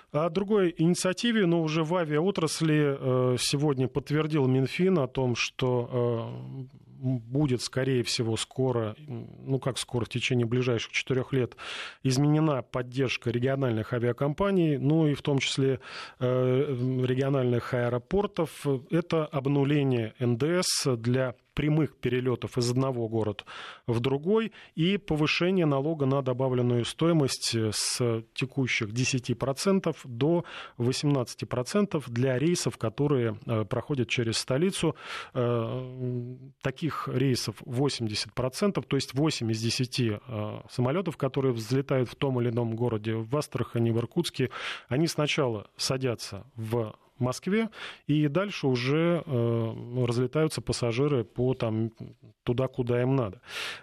О другой инициативе, но уже в авиаотрасли сегодня подтвердил Минфин о том, что будет, скорее всего, скоро, в течение ближайших 4 лет изменена поддержка региональных авиакомпаний, и в том числе региональных аэропортов. Это обнуление НДС для прямых перелетов из одного города в другой и повышение налога на добавленную стоимость с текущих 10% до 18% для рейсов, которые проходят через столицу. Таких рейсов 80%, то есть 8 из 10 самолетов, которые взлетают в том или ином городе, в Астрахани, в Иркутске, они сначала садятся в Москве, и дальше уже разлетаются пассажиры туда, куда им надо.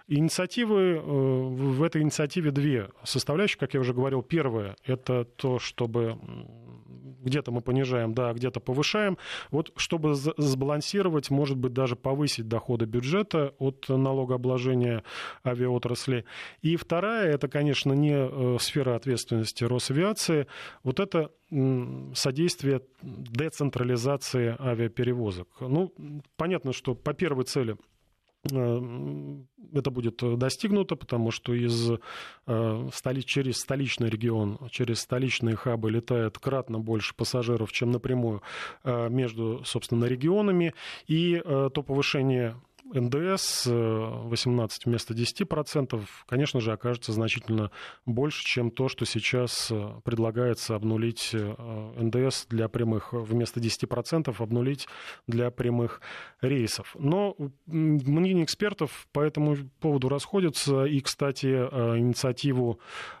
В этой инициативе 2 составляющие, как я уже говорил. Первое – это то, чтобы где-то мы понижаем, а где-то повышаем. Вот чтобы сбалансировать, может быть, даже повысить доходы бюджета от налогообложения авиаотрасли. И вторая – это, конечно, не сфера ответственности Росавиации. Вот это содействие децентрализации авиаперевозок. Понятно, что по первой цели это будет достигнуто, потому что через столичный регион, через столичные хабы летает кратно больше пассажиров, чем напрямую между, собственно, регионами. И то повышение НДС 18 вместо 10%, конечно же, окажется значительно больше, чем то, что сейчас предлагается обнулить НДС для прямых, вместо 10% обнулить для прямых рейсов. Но мнения экспертов по этому поводу расходятся. И, кстати, инициативу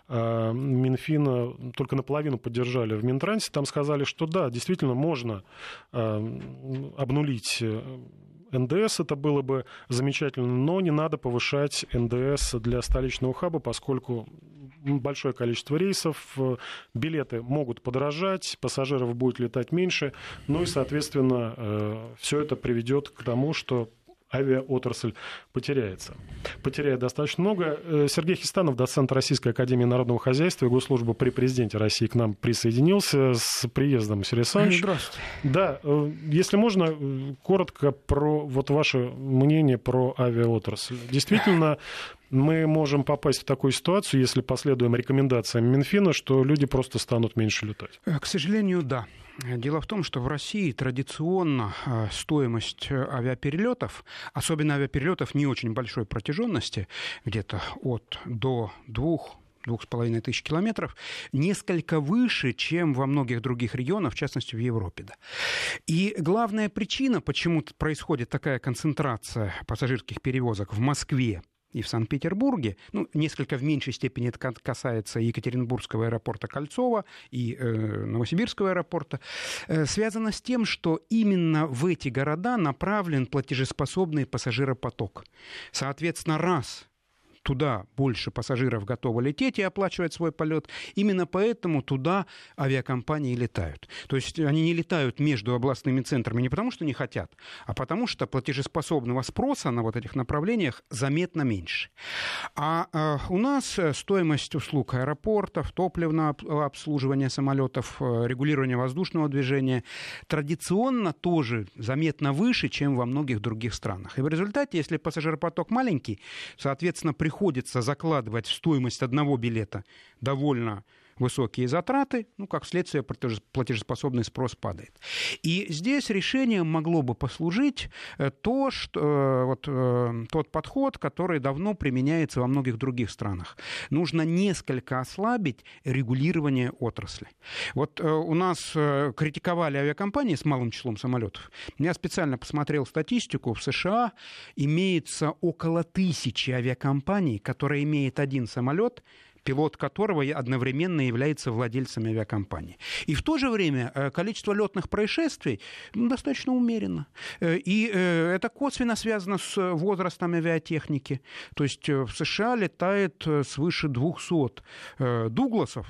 Минфина только наполовину поддержали в Минтрансе. Там сказали, что да, действительно можно обнулить НДС, это было бы замечательно, но не надо повышать НДС для столичного хаба, поскольку большое количество рейсов, билеты могут подорожать, пассажиров будет летать меньше, и, соответственно, все это приведет к тому, что авиаотрасль потеряет достаточно много. Сергей Хистанов, доцент Российской академии народного хозяйства и госслужбы при президенте России, к нам присоединился. С приездом, Сергей Александрович. Здравствуйте. Да, если можно, коротко про ваше мнение про авиаотрасль. Действительно, мы можем попасть в такую ситуацию, если последуем рекомендациям Минфина, что люди просто станут меньше летать. К сожалению, да. Дело в том, что в России традиционно стоимость авиаперелетов, особенно авиаперелетов не очень большой протяженности, где-то до 2,5 тысяч километров, несколько выше, чем во многих других регионах, в частности, в Европе. Да. И главная причина, почему происходит такая концентрация пассажирских перевозок в Москве и в Санкт-Петербурге, несколько в меньшей степени это касается Екатеринбургского аэропорта Кольцово и Новосибирского аэропорта, связано с тем, что именно в эти города направлен платежеспособный пассажиропоток. Соответственно, раз туда больше пассажиров готовы лететь и оплачивать свой полет. Именно поэтому туда авиакомпании летают. То есть они не летают между областными центрами не потому, что не хотят, а потому что платежеспособного спроса на вот этих направлениях заметно меньше. А у нас стоимость услуг аэропортов, топливного обслуживания самолетов, регулирования воздушного движения традиционно тоже заметно выше, чем во многих других странах. И в результате, если пассажиропоток маленький, соответственно, приходится закладывать в стоимость одного билета довольно высокие затраты, как следствие платежеспособный спрос падает. И здесь решением могло бы послужить тот подход, который давно применяется во многих других странах. Нужно несколько ослабить регулирование отрасли. У нас критиковали авиакомпании с малым числом самолетов. Я специально посмотрел статистику. В США имеется около 1000 авиакомпаний, которые имеют один самолет, пилот которого одновременно является владельцем авиакомпании. И в то же время количество летных происшествий достаточно умеренно. И это косвенно связано с возрастом авиатехники. То есть в США летает свыше 200 «Дугласов»,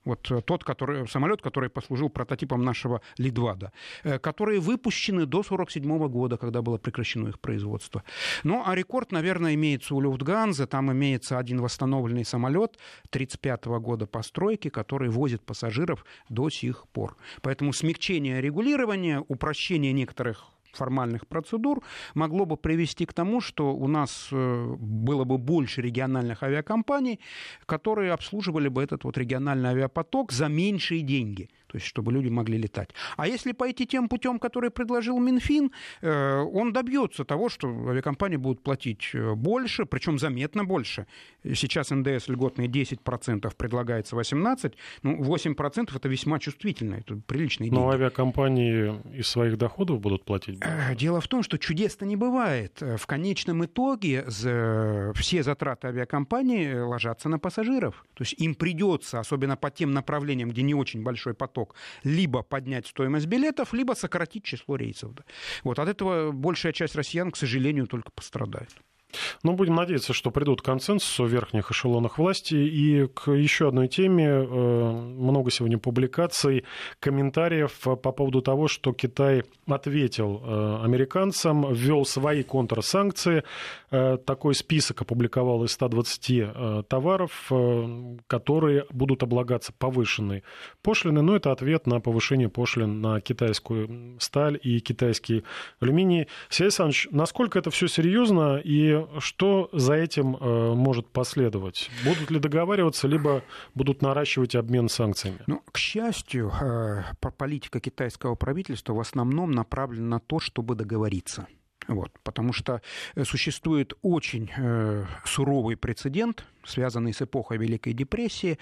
вот тот самолет, который послужил прототипом нашего Ли-2, которые выпущены до 1947 года, когда было прекращено их производство. Ну, а рекорд, наверное, имеется у Люфтганзы. Там имеется один восстановленный самолет 1935 года постройки, который возит пассажиров до сих пор. Поэтому смягчение регулирования, упрощение некоторых формальных процедур могло бы привести к тому, что у нас было бы больше региональных авиакомпаний, которые обслуживали бы этот вот региональный авиапоток за меньшие деньги, то есть чтобы люди могли летать. А если пойти тем путем, который предложил Минфин, он добьется того, что авиакомпании будут платить больше, причем заметно больше. Сейчас НДС льготные 10%, предлагается 18%, 8% это весьма чувствительно, это приличные деньги. Но авиакомпании из своих доходов будут платить? Дело в том, что чудес-то не бывает. В конечном итоге все затраты авиакомпании ложатся на пассажиров. То есть им придется, особенно по тем направлениям, где не очень большой поток, либо поднять стоимость билетов, либо сократить число рейсов. Вот от этого большая часть россиян, к сожалению, только пострадает. Ну, будем надеяться, что придут к консенсусу в верхних эшелонах власти. И к еще одной теме. Много сегодня публикаций, комментариев по поводу того, что Китай ответил американцам, ввел свои контрсанкции. Такой список опубликовал из 120 товаров, которые будут облагаться повышенной пошлиной. Но это ответ на повышение пошлин на китайскую сталь и китайский алюминий. Сергей Александрович, насколько это все серьезно и что за этим может последовать? Будут ли договариваться, либо будут наращивать обмен санкциями? Ну, к счастью, политика китайского правительства в основном направлена на то, чтобы договориться. Вот, потому что существует очень суровый прецедент, связанный с эпохой Великой депрессии,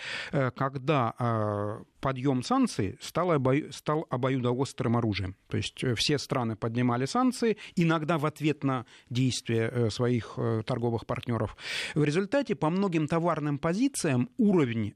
когда подъем санкций стал обоюдоострым оружием. То есть все страны поднимали санкции, иногда в ответ на действия своих торговых партнеров. В результате по многим товарным позициям уровень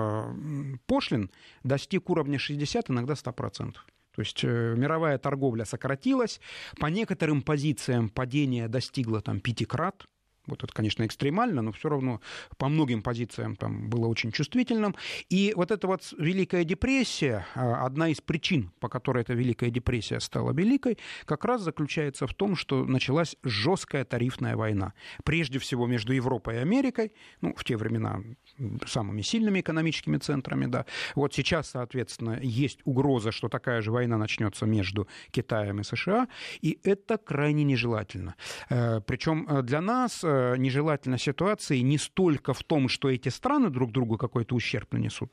пошлин достиг уровня 60%, иногда 100%. То есть мировая торговля сократилась, по некоторым позициям падение достигло 5 крат. Вот это, конечно, экстремально, но все равно по многим позициям там было очень чувствительным. И вот эта вот Великая депрессия, одна из причин, по которой эта Великая депрессия стала великой, как раз заключается в том, что началась жесткая тарифная война. Прежде всего между Европой и Америкой, в те времена самыми сильными экономическими центрами, да. Вот сейчас, соответственно, есть угроза, что такая же война начнется между Китаем и США, и это крайне нежелательно. Причем для нас нежелательной ситуации не столько в том, что эти страны друг другу какой-то ущерб нанесут,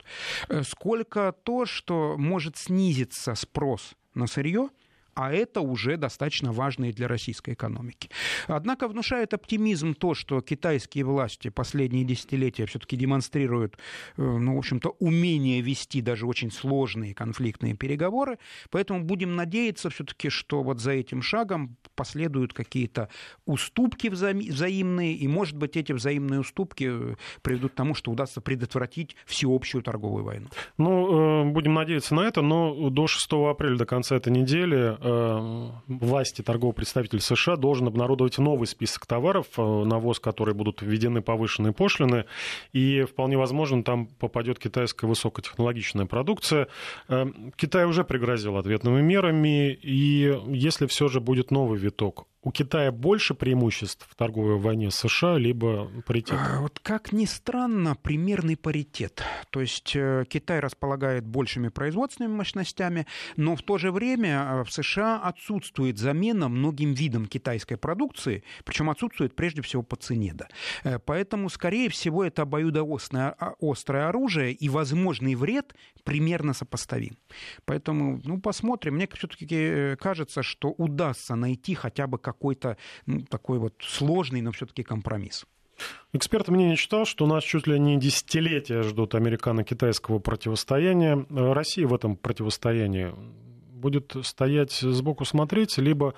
сколько то, что может снизиться спрос на сырье, а это уже достаточно важно и для российской экономики. Однако внушает оптимизм то, что китайские власти последние десятилетия все-таки демонстрируют, в общем-то, умение вести даже очень сложные конфликтные переговоры. Поэтому будем надеяться все-таки, что вот за этим шагом последуют какие-то уступки взаимные, и, может быть, эти взаимные уступки приведут к тому, что удастся предотвратить всеобщую торговую войну. Будем надеяться на это, но до 6 апреля, до конца этой недели, власти, торговый представитель США должен обнародовать новый список товаров, на ввоз которые будут введены повышенные пошлины, и вполне возможно там попадет китайская высокотехнологичная продукция. Китай уже пригрозил ответными мерами, и если все же будет новый виток, у Китая больше преимуществ в торговой войне с США, либо паритет? Вот как ни странно, примерный паритет. То есть Китай располагает большими производственными мощностями, но в то же время в США отсутствует замена многим видам китайской продукции, причем отсутствует прежде всего по цене. Да. Поэтому, скорее всего, это обоюдоострое оружие, и возможный вред примерно сопоставим. Поэтому, посмотрим. Мне все-таки кажется, что удастся найти хотя бы какой-то такой вот сложный, но все-таки компромисс. Эксперт мнение читал, что нас чуть ли не десятилетия ждут американо-китайского противостояния. Россия в этом противостоянии будет стоять сбоку смотреть, либо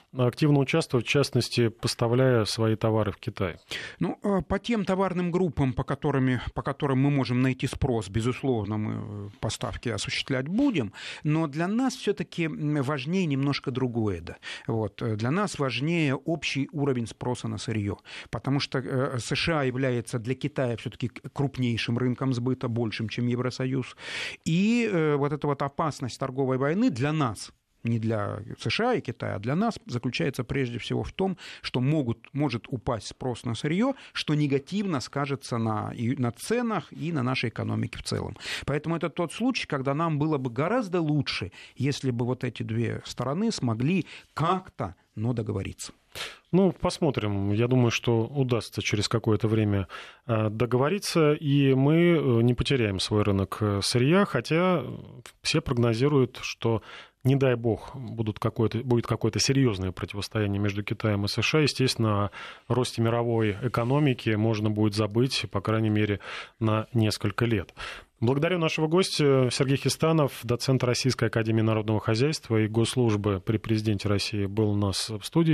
активно участвовать, в частности, поставляя свои товары в Китай? Ну, по тем товарным группам, по которым мы можем найти спрос, безусловно, мы поставки осуществлять будем, но для нас все-таки важнее немножко другое. Да. Вот. Для нас важнее общий уровень спроса на сырье, потому что США является для Китая все-таки крупнейшим рынком сбыта, большим, чем Евросоюз, и вот эта вот опасность торговой войны для нас, не для США и Китая, а для нас заключается прежде всего в том, что может упасть спрос на сырье, что негативно скажется на ценах и на нашей экономике в целом. Поэтому это тот случай, когда нам было бы гораздо лучше, если бы вот эти две стороны смогли как-то, но договориться. Ну, посмотрим. Я думаю, что удастся через какое-то время договориться, и мы не потеряем свой рынок сырья, хотя все прогнозируют, что, не дай бог, будет какое-то серьезное противостояние между Китаем и США. Естественно, о росте мировой экономики можно будет забыть, по крайней мере, на несколько лет. Благодарю нашего гостя. Сергей Хистанов, доцент Российской академии народного хозяйства и госслужбы при президенте России, был у нас в студии.